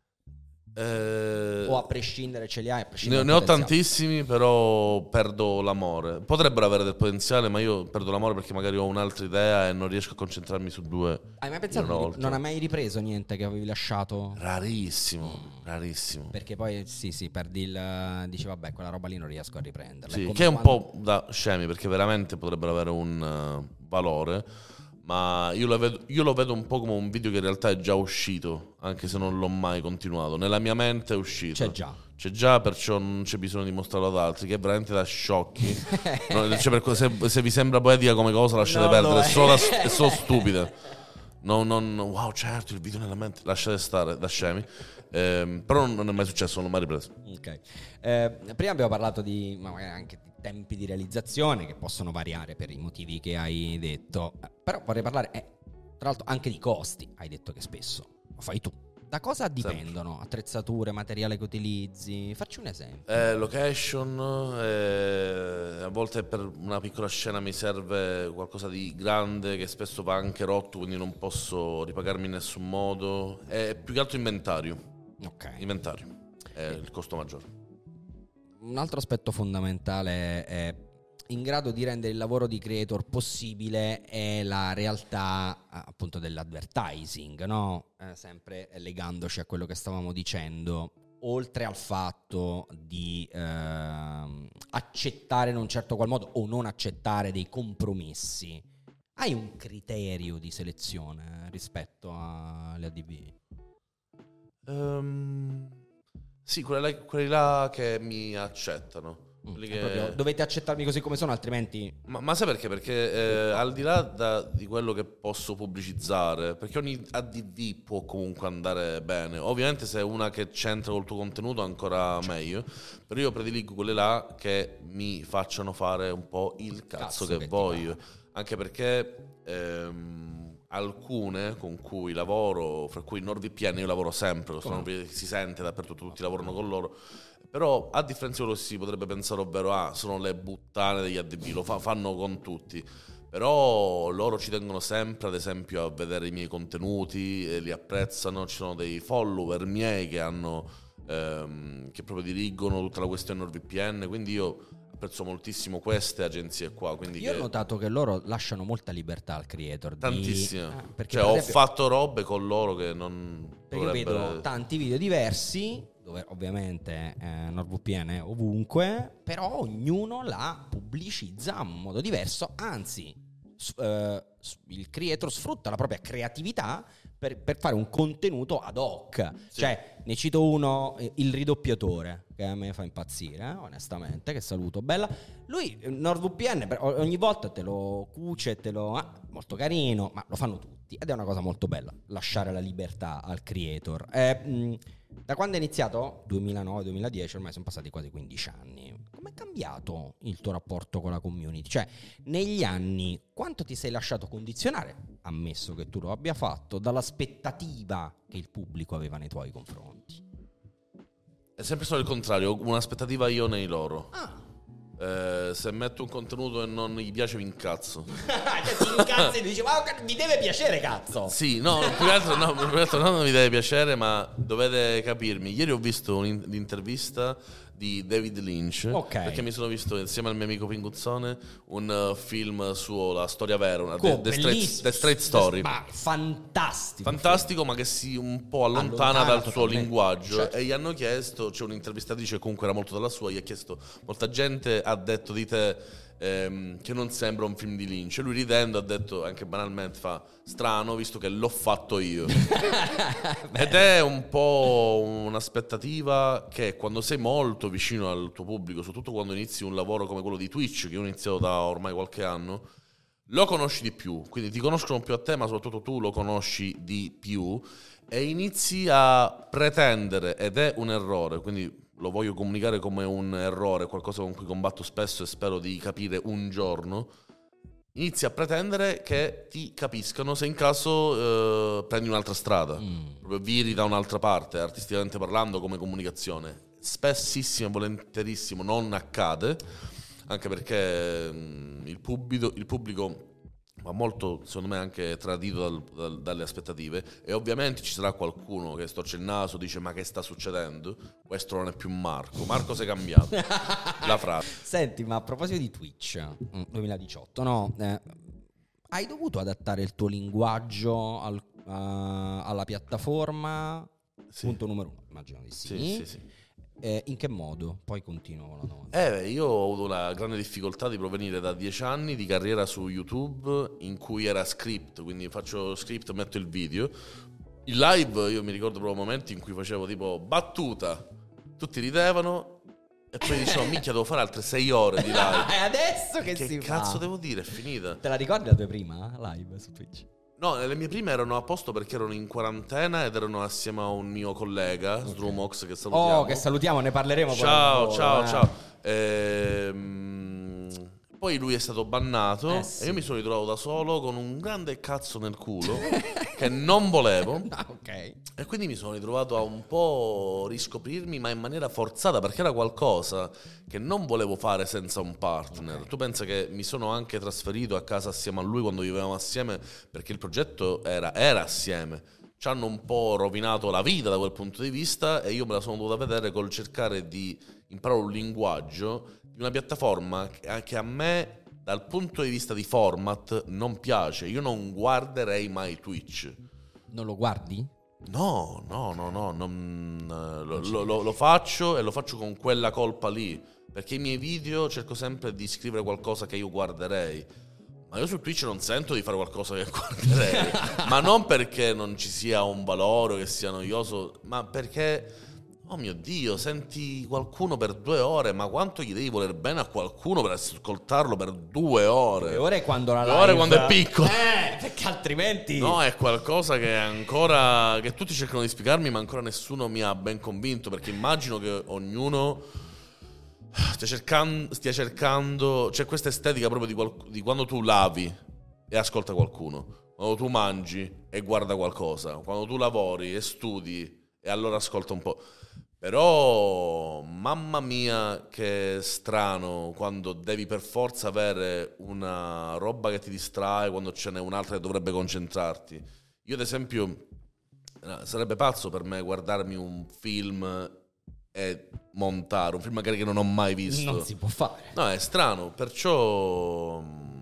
Eh, O a prescindere ce li hai? A ne, prescindere ne dal ho potenziale? tantissimi, però perdo l'amore. Potrebbero avere del potenziale, ma io perdo l'amore perché magari ho un'altra idea e non riesco a concentrarmi su due. Hai mai pensato una di- volta. non hai mai ripreso niente che avevi lasciato? Rarissimo, rarissimo. Perché poi sì, sì, perdi il dici vabbè, quella roba lì non riesco a riprenderla. Sì, come che è un quando- po' da scemi, perché veramente potrebbero avere un uh, valore. Ma io lo, vedo, io lo vedo un po' come un video che in realtà è già uscito, anche se non l'ho mai continuato. Nella mia mente è uscito. C'è già. C'è già, perciò non c'è bisogno di mostrarlo ad altri, che è veramente da sciocchi. No, cioè, per- se, se vi sembra poetica come cosa, lasciate Non perdere, lo è è. solo, da- è solo stupida. No, non, wow, certo, il video nella mente, lasciate stare, da scemi. Ehm, però non è mai successo, non l'ho mai ripreso. Ok. Eh, prima abbiamo parlato di ma magari anche di tempi di realizzazione che possono variare per i motivi che hai detto. Eh, Però vorrei parlare eh, tra l'altro anche di costi. Hai detto che spesso lo fai tu. Da cosa dipendono? Attrezzature, materiale che utilizzi? Facci un esempio. Eh, location, eh, a volte per una piccola scena mi serve qualcosa di grande che spesso va anche rotto, quindi non posso ripagarmi in nessun modo. È più che altro inventario. Ok. Inventario è il costo maggiore. Un altro aspetto fondamentale è in grado di rendere il lavoro di creator possibile è la realtà appunto dell'advertising, no? Eh, sempre legandoci a quello che stavamo dicendo, oltre al fatto di ehm, accettare in un certo qual modo o non accettare dei compromessi, hai un criterio di selezione rispetto alle A D V? Ehm, sì, quelli là, quelli là che mi accettano. Mm, che... proprio, dovete accettarmi così come sono, altrimenti... Ma, ma sai perché? Perché eh, al di là da, di quello che posso pubblicizzare, perché ogni A D V può comunque andare bene. Ovviamente se è una che c'entra col tuo contenuto ancora meglio, però io prediligo quelle là che mi facciano fare un po' il cazzo, cazzo che, che voglio. Anche perché ehm, alcune con cui lavoro, fra cui NordVPN, io lavoro sempre, si sente dappertutto, tutti lavorano con loro. Però a differenza di quello che si potrebbe pensare, ovvero ah, sono le puttane degli A D V, lo fa, fanno con tutti. Però loro ci tengono sempre, ad esempio, a vedere i miei contenuti, e li apprezzano. Ci sono dei follower miei che hanno ehm, che proprio dirigono tutta la questione NordVPN, quindi io apprezzo moltissimo queste agenzie qua. Quindi io che... ho notato che loro lasciano molta libertà al creator. Tantissimo. Di... Ah, cioè ho esempio... fatto robe con loro che non perché dovrebbero... io vedo tanti video diversi, dove ovviamente eh, NordVPN è ovunque, però ognuno la pubblicizza in modo diverso, anzi s- eh, il creator sfrutta la propria creatività per, per fare un contenuto ad hoc. Sì. Cioè, ne cito uno, il ridoppiatore, che a me fa impazzire, eh, onestamente, che saluto, bella. Lui, NordVPN, per, ogni volta te lo cuce, te lo... Ah, molto carino, ma lo fanno tutti, ed è una cosa molto bella, lasciare la libertà al creator. Eh, mh, da quando è iniziato? duemilanove duemiladieci, ormai sono passati quasi quindici anni. Com'è cambiato il tuo rapporto con la community? Cioè, negli anni, quanto ti sei lasciato condizionare, ammesso che tu lo abbia fatto, dall'aspettativa che il pubblico aveva nei tuoi confronti? È sempre stato il contrario, un'aspettativa io nei loro. Ah. Eh, se metto un contenuto e non gli piace mi incazzo. Cioè ti incazzi e dici ma mi deve piacere, cazzo. Sì, no, più che altro no, più che altro non mi deve piacere, ma dovete capirmi. Ieri ho visto un'intervista di David Lynch, okay. Perché mi sono visto insieme al mio amico Pinguzzone un uh, film sulla storia vera, una oh, The, The, Straight, The Straight Story. Ma fantastico. Fantastico, film. Ma che si un po' allontana, allontana dal suo linguaggio. Certo. E gli hanno chiesto, c'è un'intervistatrice comunque era molto dalla sua, gli ha chiesto, molta gente ha detto di te ehm, che non sembra un film di Lynch. E lui ridendo ha detto, anche banalmente, fa strano visto che l'ho fatto io. Ed è un po' un'aspettativa che quando sei molto vicino al tuo pubblico, soprattutto quando inizi un lavoro come quello di Twitch, che io ho iniziato da ormai qualche anno, lo conosci di più, quindi ti conoscono più a te, ma soprattutto tu lo conosci di più e inizi a pretendere, ed è un errore, quindi lo voglio comunicare come un errore, qualcosa con cui combatto spesso e spero di capire un giorno. Inizi a pretendere che ti capiscano se in caso eh, prendi un'altra strada, mm. proprio viri da un'altra parte, artisticamente parlando, come comunicazione. Spessissimo e volentierissimo non accade, anche perché mh, il pubblico, il pubblico va molto, secondo me, anche tradito dal, dal, dalle aspettative, e ovviamente ci sarà qualcuno che storce il naso, dice ma che sta succedendo? Questo non è più Marco, Marco si è cambiato la frase. Senti, ma a proposito di Twitch duemiladiciotto, no? Eh, hai dovuto adattare il tuo linguaggio al, uh, alla piattaforma? Sì. Punto numero uno, immagino di sì. Sì, sì, sì. Eh, in che modo? Poi continuo con la domanda. Eh, io ho avuto la grande difficoltà di provenire da dieci anni di carriera su YouTube in cui era script, quindi faccio script, metto il video. Il live, io mi ricordo proprio momenti in cui facevo tipo battuta, tutti ridevano e poi dicevo minchia devo fare altre sei ore di live. E adesso che, che si cazzo fa? devo dire, è finita. Te la ricordi la tua prima live su Twitch? No, le mie prime erano a posto perché erano in quarantena ed erano assieme a un mio collega, okay. Strumox, che salutiamo. Oh, che salutiamo, ne parleremo. Ciao, poi ciao, eh. ciao. Ehm, poi lui è stato bannato eh sì. e io mi sono ritrovato da solo con un grande cazzo nel culo che non volevo. Ah, ok. E quindi mi sono ritrovato a un po' riscoprirmi, ma in maniera forzata, perché era qualcosa che non volevo fare senza un partner. Okay. Tu pensa che mi sono anche trasferito a casa assieme a lui quando vivevamo assieme, perché il progetto era, era assieme. Ci hanno un po' rovinato la vita da quel punto di vista e io me la sono dovuta vedere col cercare di imparare un linguaggio di una piattaforma che a me dal punto di vista di format non piace. Io non guarderei mai Twitch. Non lo guardi? No, no, no, no, non, lo, lo, lo, lo faccio e lo faccio con quella colpa lì, perché i miei video cerco sempre di scrivere qualcosa che io guarderei, ma io su Twitch non sento di fare qualcosa che guarderei, ma non perché non ci sia un valore o che sia noioso, ma perché oh mio Dio, senti qualcuno per due ore, ma quanto gli devi voler bene a qualcuno per ascoltarlo per due ore? Due ore quando la due live... ore quando è piccolo. Eh, perché altrimenti... No, è qualcosa che è ancora... che tutti cercano di spiegarmi, ma ancora nessuno mi ha ben convinto, perché immagino che ognuno stia cercando... Stia cercando c'è questa estetica proprio di, qual... di quando tu lavi e ascolta qualcuno, quando tu mangi e guarda qualcosa, quando tu lavori e studi e allora ascolta un po'. Però, mamma mia, che strano quando devi per forza avere una roba che ti distrae quando ce n'è un'altra che dovrebbe concentrarti. Io, ad esempio, sarebbe pazzo per me guardarmi un film e montare, un film magari che non ho mai visto. Non si può fare. No, è strano, perciò...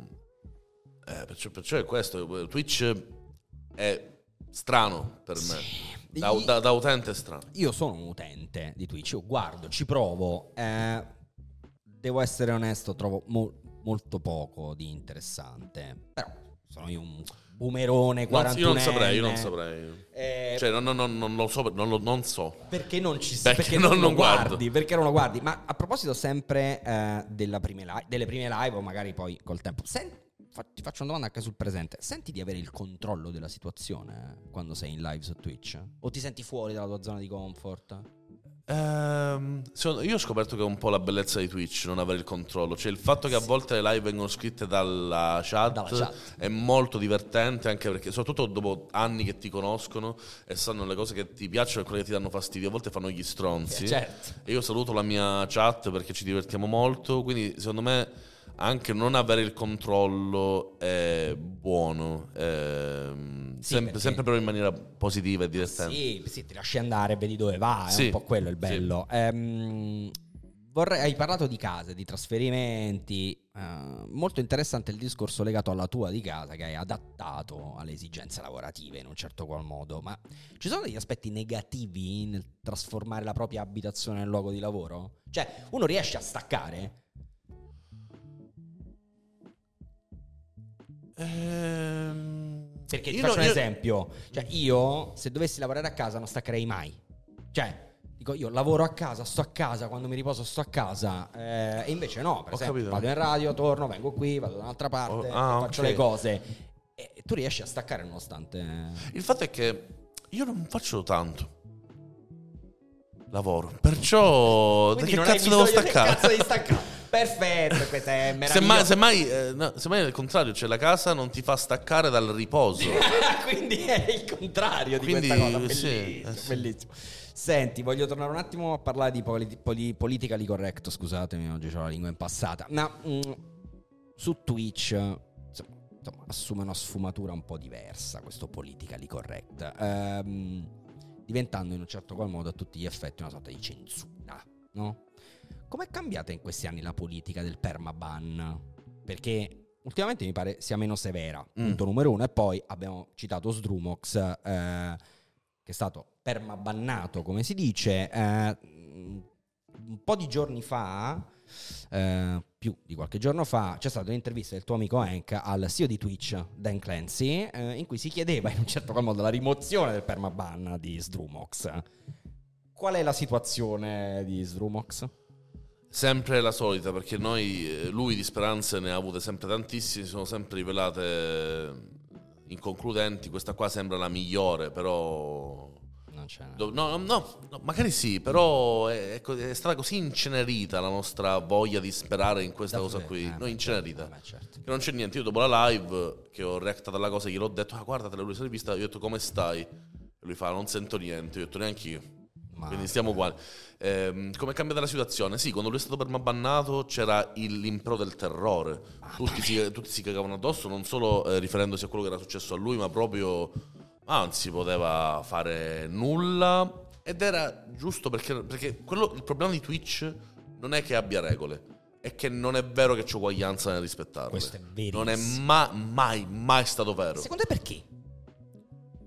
Eh, perciò, perciò è questo. Twitch è strano per me. Sì. Da, da, da utente è strano. Io sono un utente di Twitch, io guardo, ci provo, eh, devo essere onesto, trovo mo- molto poco di interessante, però sono io un boomerone quarantunenne. Io non saprei, io non saprei. Eh, cioè non, non, non, non lo so, non, lo, non so. Perché non ci perché, perché non, non, non lo guardo. guardi, perché non lo guardi. Ma a proposito sempre eh, della prime live, delle prime live o magari poi col tempo, senti, ti faccio una domanda anche sul presente. Senti di avere il controllo della situazione quando sei in live su Twitch? O ti senti fuori dalla tua zona di comfort? Ehm, io ho scoperto che è un po' la bellezza di Twitch non avere il controllo. Cioè il fatto che a volte le live vengono scritte dalla chat, Dalla chat. è molto divertente, anche perché soprattutto dopo anni che ti conoscono e sanno le cose che ti piacciono e quelle che ti danno fastidio, a volte fanno gli stronzi. Eh, certo. E io saluto la mia chat perché ci divertiamo molto. Quindi secondo me anche non avere il controllo è buono, ehm, Sì, sempre, perché- sempre però in maniera positiva e divertente. Sì, sì, ti lasci andare, vedi dove va, è Sì, un po' quello il bello. Ehm, vorrei, hai parlato di case, di trasferimenti, eh, molto interessante il discorso legato alla tua di casa che hai adattato alle esigenze lavorative in un certo qual modo, ma ci sono degli aspetti negativi nel trasformare la propria abitazione nel luogo di lavoro? Cioè, uno riesce a staccare? Ehm, Perché ti io faccio no- un io- esempio, cioè io se dovessi lavorare a casa non staccherei mai, cioè dico io lavoro a casa, sto a casa, quando mi riposo sto a casa, eh, e invece no, per Ho esempio capito. vado in radio, torno, vengo qui, vado da un'altra parte, Oh, ah, faccio ok. le cose e tu riesci a staccare nonostante... Il fatto è che io non faccio tanto lavoro, perciò da Quindi che non hai cazzo devo bisogno- che staccare? cazzo devi staccare? Perfetto, questo è meraviglioso. Semmai, semmai, eh, no, semmai al contrario, cioè la casa non ti fa staccare dal riposo. Quindi è il contrario di Quindi, questa cosa, sì, bellissimo, eh sì. bellissimo. Senti, voglio tornare un attimo a parlare di politi- poli- politically correct, scusatemi, oggi ho la lingua impassata. Ma mm, su Twitch insomma, insomma, assume una sfumatura un po' diversa questo politically correct, ehm, diventando in un certo qual modo a tutti gli effetti una sorta di censura, no? Com'è cambiata in questi anni la politica del permaban? Perché ultimamente mi pare sia meno severa, punto numero uno. E poi abbiamo citato Sdrumox, eh, che è stato permabannato, come si dice, eh, un po' di giorni fa, eh, più di qualche giorno fa, c'è stata un'intervista del tuo amico Hank al C E O di Twitch, Dan Clancy, eh, in cui si chiedeva in un certo qual modo la rimozione del permaban di Sdrumox. Qual è la situazione di Sdrumox? Sempre la solita, perché noi, eh, lui di speranze ne ha avute sempre tantissime, si sono sempre rivelate inconcludenti. Questa qua sembra la migliore, però... Non c'è. No, no, no, no, magari sì, però è, è co- è stata così incenerita la nostra voglia di sperare in questa cosa qui. Eh, No, incenerita. vabbè, certo. Che non c'è niente. Io dopo la live che ho reactato alla cosa gliel'ho detto: ah, guardatela, lui si è rivista. Io ho detto: come stai? E lui fa: non sento niente. Io ho detto: neanche io. Ma- Quindi stiamo uguali. Ehm, come è cambiata la situazione? Sì, quando lui è stato permabannato c'era il- l'impero del terrore. Tutti si, tutti si cagavano addosso, non solo eh, riferendosi a quello che era successo a lui, ma proprio ah, non si poteva fare nulla. Ed era giusto perché, perché quello, il problema di Twitch non è che abbia regole, è che non è vero che c'è uguaglianza nel rispettarle. Questo è verissimo. Non è ma- mai, mai stato vero. Secondo te perché?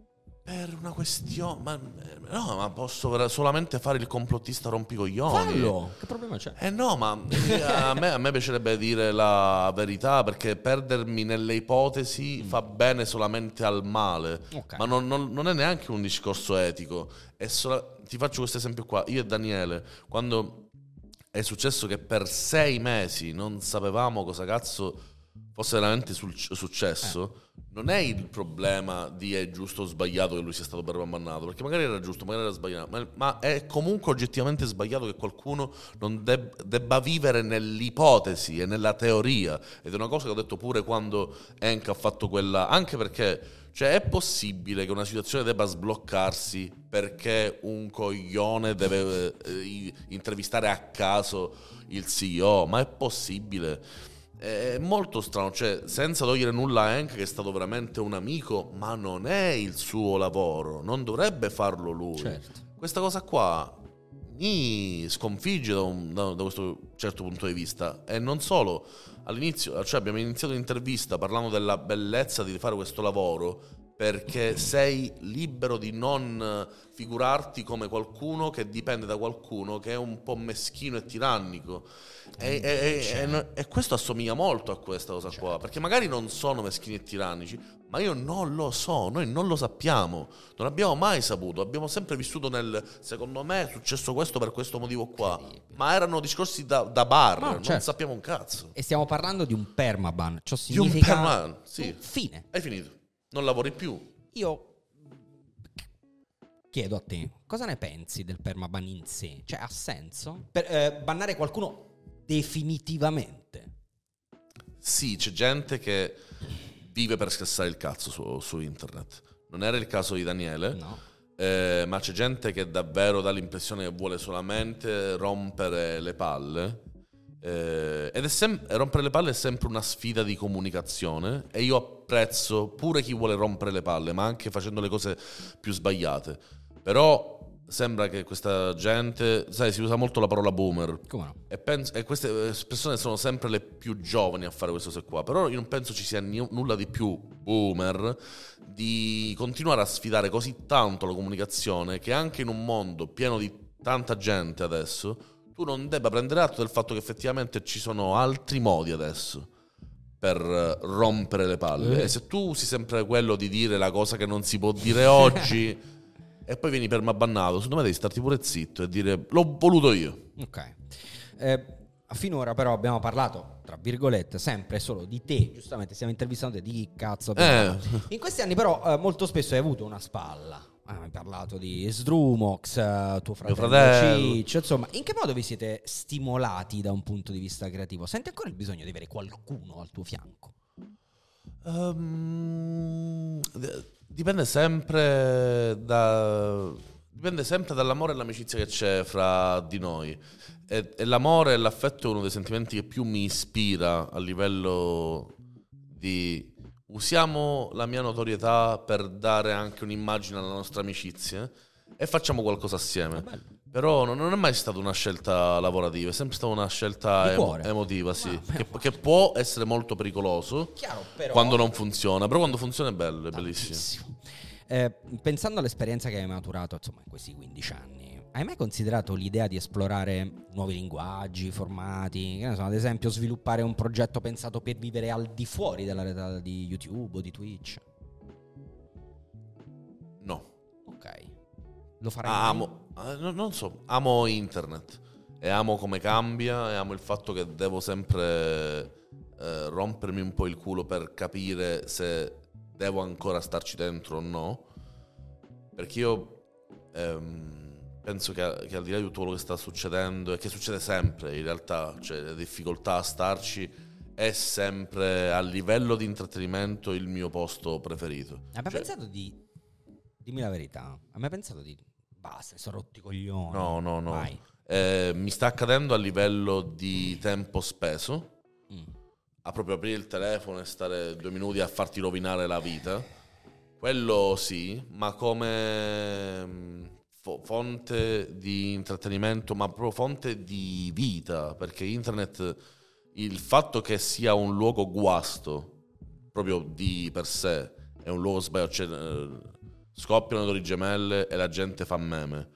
Per una questione, ma no, ma posso solamente fare il complottista rompicoglioni. Fallo, che problema c'è? Eh no, ma a me, a me piacerebbe dire la verità, perché perdermi nelle ipotesi mm. fa bene solamente al male. Okay. Ma non, non, non è neanche un discorso etico. È solo, ti faccio questo esempio qua. Io e Daniele, quando è successo che per sei mesi non sapevamo cosa cazzo fosse veramente sul, successo, eh. non è il problema di è giusto o sbagliato che lui sia stato permabannato, perché magari era giusto, magari era sbagliato, ma, ma è comunque oggettivamente sbagliato che qualcuno non deb- debba vivere nell'ipotesi e nella teoria. Ed è una cosa che ho detto pure quando Hank ha fatto quella, anche perché cioè è possibile che una situazione debba sbloccarsi perché un coglione deve eh, intervistare a caso il C E O, ma è possibile. È molto strano, cioè senza togliere nulla a Hank, che è stato veramente un amico, ma non è il suo lavoro, non dovrebbe farlo lui. Certo. Questa cosa qua mi sconfigge da, un, da, da questo certo punto di vista. E non solo, all'inizio, cioè abbiamo iniziato l'intervista parlando della bellezza di fare questo lavoro, perché sei libero di non figurarti come qualcuno che dipende da qualcuno che è un po' meschino e tirannico. E, e, e, e questo assomiglia molto a questa cosa qua, perché magari non sono meschini e tirannici, ma io non lo so, noi non lo sappiamo, non abbiamo mai saputo, abbiamo sempre vissuto nel secondo me è successo questo per questo motivo qua, ma erano discorsi da, da bar, no, non certo. sappiamo un cazzo. E stiamo parlando di un permaban, ciò significa di un permaban, sì. Fine. Hai finito, non lavori più. Io chiedo a te, cosa ne pensi del permaban in sé? Cioè, ha senso? Per eh, bannare qualcuno definitivamente? Sì, c'è gente che vive per scassare il cazzo su, su internet. Non era il caso di Daniele, no. eh, ma c'è gente che davvero dà l'impressione che vuole solamente rompere le palle. Eh, ed è sem- rompere le palle è sempre una sfida di comunicazione, e io apprezzo pure chi vuole rompere le palle, ma anche facendo le cose più sbagliate. Però sembra che questa gente, sai, si usa molto la parola boomer. Come no? E, penso, e queste persone sono sempre le più giovani a fare queste cose qua. Però io non penso ci sia n- nulla di più boomer di continuare a sfidare così tanto la comunicazione, che anche in un mondo pieno di tanta gente adesso tu non debba prendere atto del fatto che effettivamente ci sono altri modi adesso per rompere le palle. Eh. E se tu sei sempre quello di dire la cosa che non si può dire oggi e poi vieni permabannato, secondo me devi starti pure zitto e dire l'ho voluto io. Ok. Eh, finora però abbiamo parlato, tra virgolette, sempre solo di te. Giustamente stiamo intervistando te, di chi cazzo eh. In questi anni però eh, molto spesso hai avuto una spalla. Ah, hai parlato di Sdrumox, uh, tuo fratello, fratello. Ciccio, insomma, in che modo vi siete stimolati da un punto di vista creativo? Senti ancora il bisogno di avere qualcuno al tuo fianco? Um, dipende sempre da dipende sempre dall'amore e l'amicizia che c'è fra di noi. E, e l'amore e l'affetto è uno dei sentimenti che più mi ispira a livello di usiamo la mia notorietà per dare anche un'immagine alla nostra amicizia e facciamo qualcosa assieme. Però non è mai stata una scelta lavorativa, è sempre stata una scelta emo- emotiva, sì, ah, che, che può essere molto pericoloso. Chiaro, però, quando non funziona, però quando funziona è bello, è bellissimo. Eh, pensando all'esperienza che hai maturato, insomma, in questi quindici anni, hai mai considerato l'idea di esplorare nuovi linguaggi, formati, che ne so, ad esempio sviluppare un progetto pensato per vivere al di fuori della realtà di YouTube o di Twitch? No. Ok. Lo farai ah, mai? Amo, eh, non so, amo internet e amo come cambia e amo il fatto che devo sempre eh, rompermi un po' il culo per capire se devo ancora starci dentro o no, perché io ehm, penso che, che al di là di tutto quello che sta succedendo e che succede sempre in realtà, cioè la difficoltà a starci è sempre a livello di intrattenimento il mio posto preferito. Hai mai cioè, pensato di dimmi la verità, hai mai pensato di basta, sono rotti i coglioni? No, no, no. Eh, mi sta accadendo a livello di tempo speso. Mm. A proprio aprire il telefono e stare due minuti a farti rovinare la vita. Quello sì, ma come fo- fonte di intrattenimento, ma proprio fonte di vita, perché internet, il fatto che sia un luogo guasto proprio di per sé, è un luogo sbagliato, cioè, scoppiano le Torri Gemelle e la gente fa meme.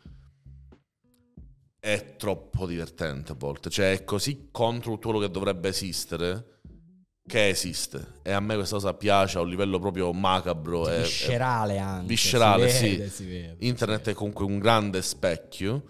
È troppo divertente a volte, cioè è così contro tutto quello che dovrebbe esistere che esiste, e a me questa cosa piace a un livello proprio macabro e viscerale e, anche viscerale, si vede, sì. Si vede, internet sì. È comunque un grande specchio,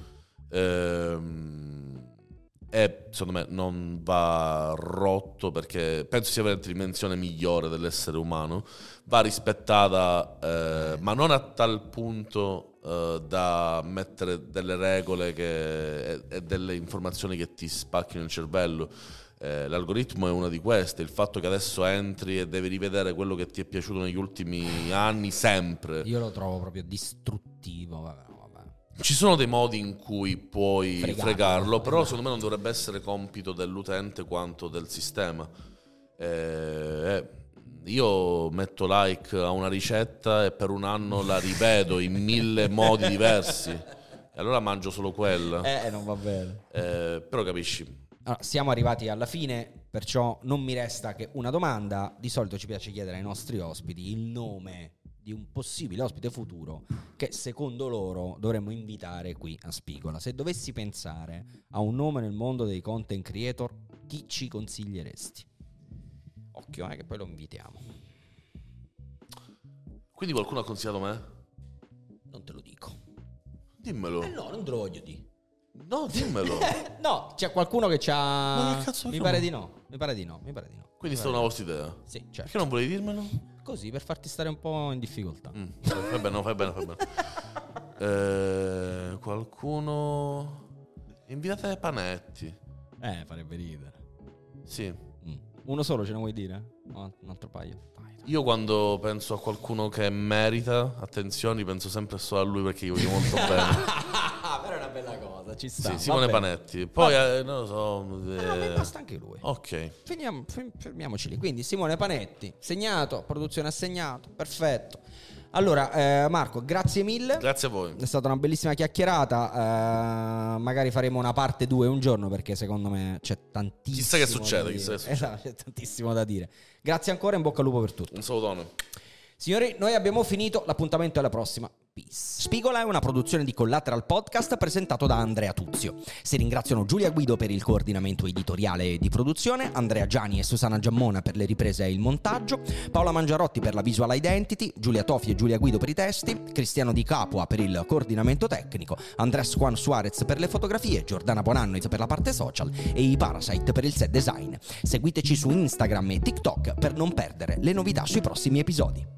ehm, e secondo me non va rotto, perché penso sia veramente l'invenzione migliore dell'essere umano, va rispettata, eh, ma non a tal punto eh, da mettere delle regole che, e, e delle informazioni che ti spacchino il cervello. Eh, l'algoritmo è una di queste, il fatto che adesso entri e devi rivedere quello che ti è piaciuto negli ultimi anni sempre. Io lo trovo proprio distruttivo, vabbè, vabbè. Ci sono dei modi in cui puoi Fregarlo, fregarlo, però esatto. secondo me non dovrebbe essere compito dell'utente quanto del sistema. Eh, io metto like a una ricetta e per un anno la rivedo in mille modi diversi, e allora mangio solo quella. Eh, non va bene. Eh, però capisci. Allora, siamo arrivati alla fine, perciò non mi resta che una domanda. Di solito ci piace chiedere ai nostri ospiti il nome di un possibile ospite futuro che secondo loro dovremmo invitare qui a Spigola. Se dovessi pensare a un nome nel mondo dei content creator, chi ci consiglieresti? Occhio, eh, che poi lo invitiamo. Quindi qualcuno ha consigliato me? Non te lo dico. Dimmelo. Eh no, non te lo voglio dire. No, dimmelo. No, c'è qualcuno che c'ha. Ma che cazzo Mi fai? pare di no. Mi pare di no. Mi pare di no. Quindi Mi sta pare una di vostra idea? no. Sì, certo. Perché non volevi dirmelo? Così per farti stare un po' in difficoltà. Mm, fai bene, fai bene, fai bene. Eh, qualcuno. Invitate Panetti. Eh, farebbe ridere. Sì. Mm. Uno solo ce ne vuoi dire? No, un altro paio. Vai, dai. Io quando penso a qualcuno che merita attenzioni penso sempre solo a lui, perché io voglio molto bene. Però è una bella cosa, ci sta. Sì, Simone Vabbè. Panetti. Poi eh, non lo so. Eh, eh, no, mi basta anche lui. Ok. Finiamo, f- fermiamoci lì. Quindi Simone Panetti, segnato, produzione assegnato, perfetto. Allora, eh, Marco, grazie mille. Grazie a voi. È stata una bellissima chiacchierata. eh, magari faremo una parte due un giorno, perché secondo me c'è tantissimo. Chissà che succede, da chissà dire. che succede. Esatto, c'è tantissimo da dire. Grazie ancora, in bocca al lupo per tutto. Un salutone. Signori, noi abbiamo finito, l'appuntamento è alla prossima. Peace. Spigola è una produzione di Collateral Podcast presentato da Andrea Tuzio. Si ringraziano Giulia Guido per il coordinamento editoriale e di produzione, Andrea Giani e Susanna Giammona per le riprese e il montaggio, Paola Mangiarotti per la visual identity, Giulia Tofi e Giulia Guido per i testi, Cristiano Di Capua per il coordinamento tecnico, Andres Juan Suarez per le fotografie, Giordana Bonannois per la parte social e i Parasite per il set design. Seguiteci su Instagram e TikTok per non perdere le novità sui prossimi episodi.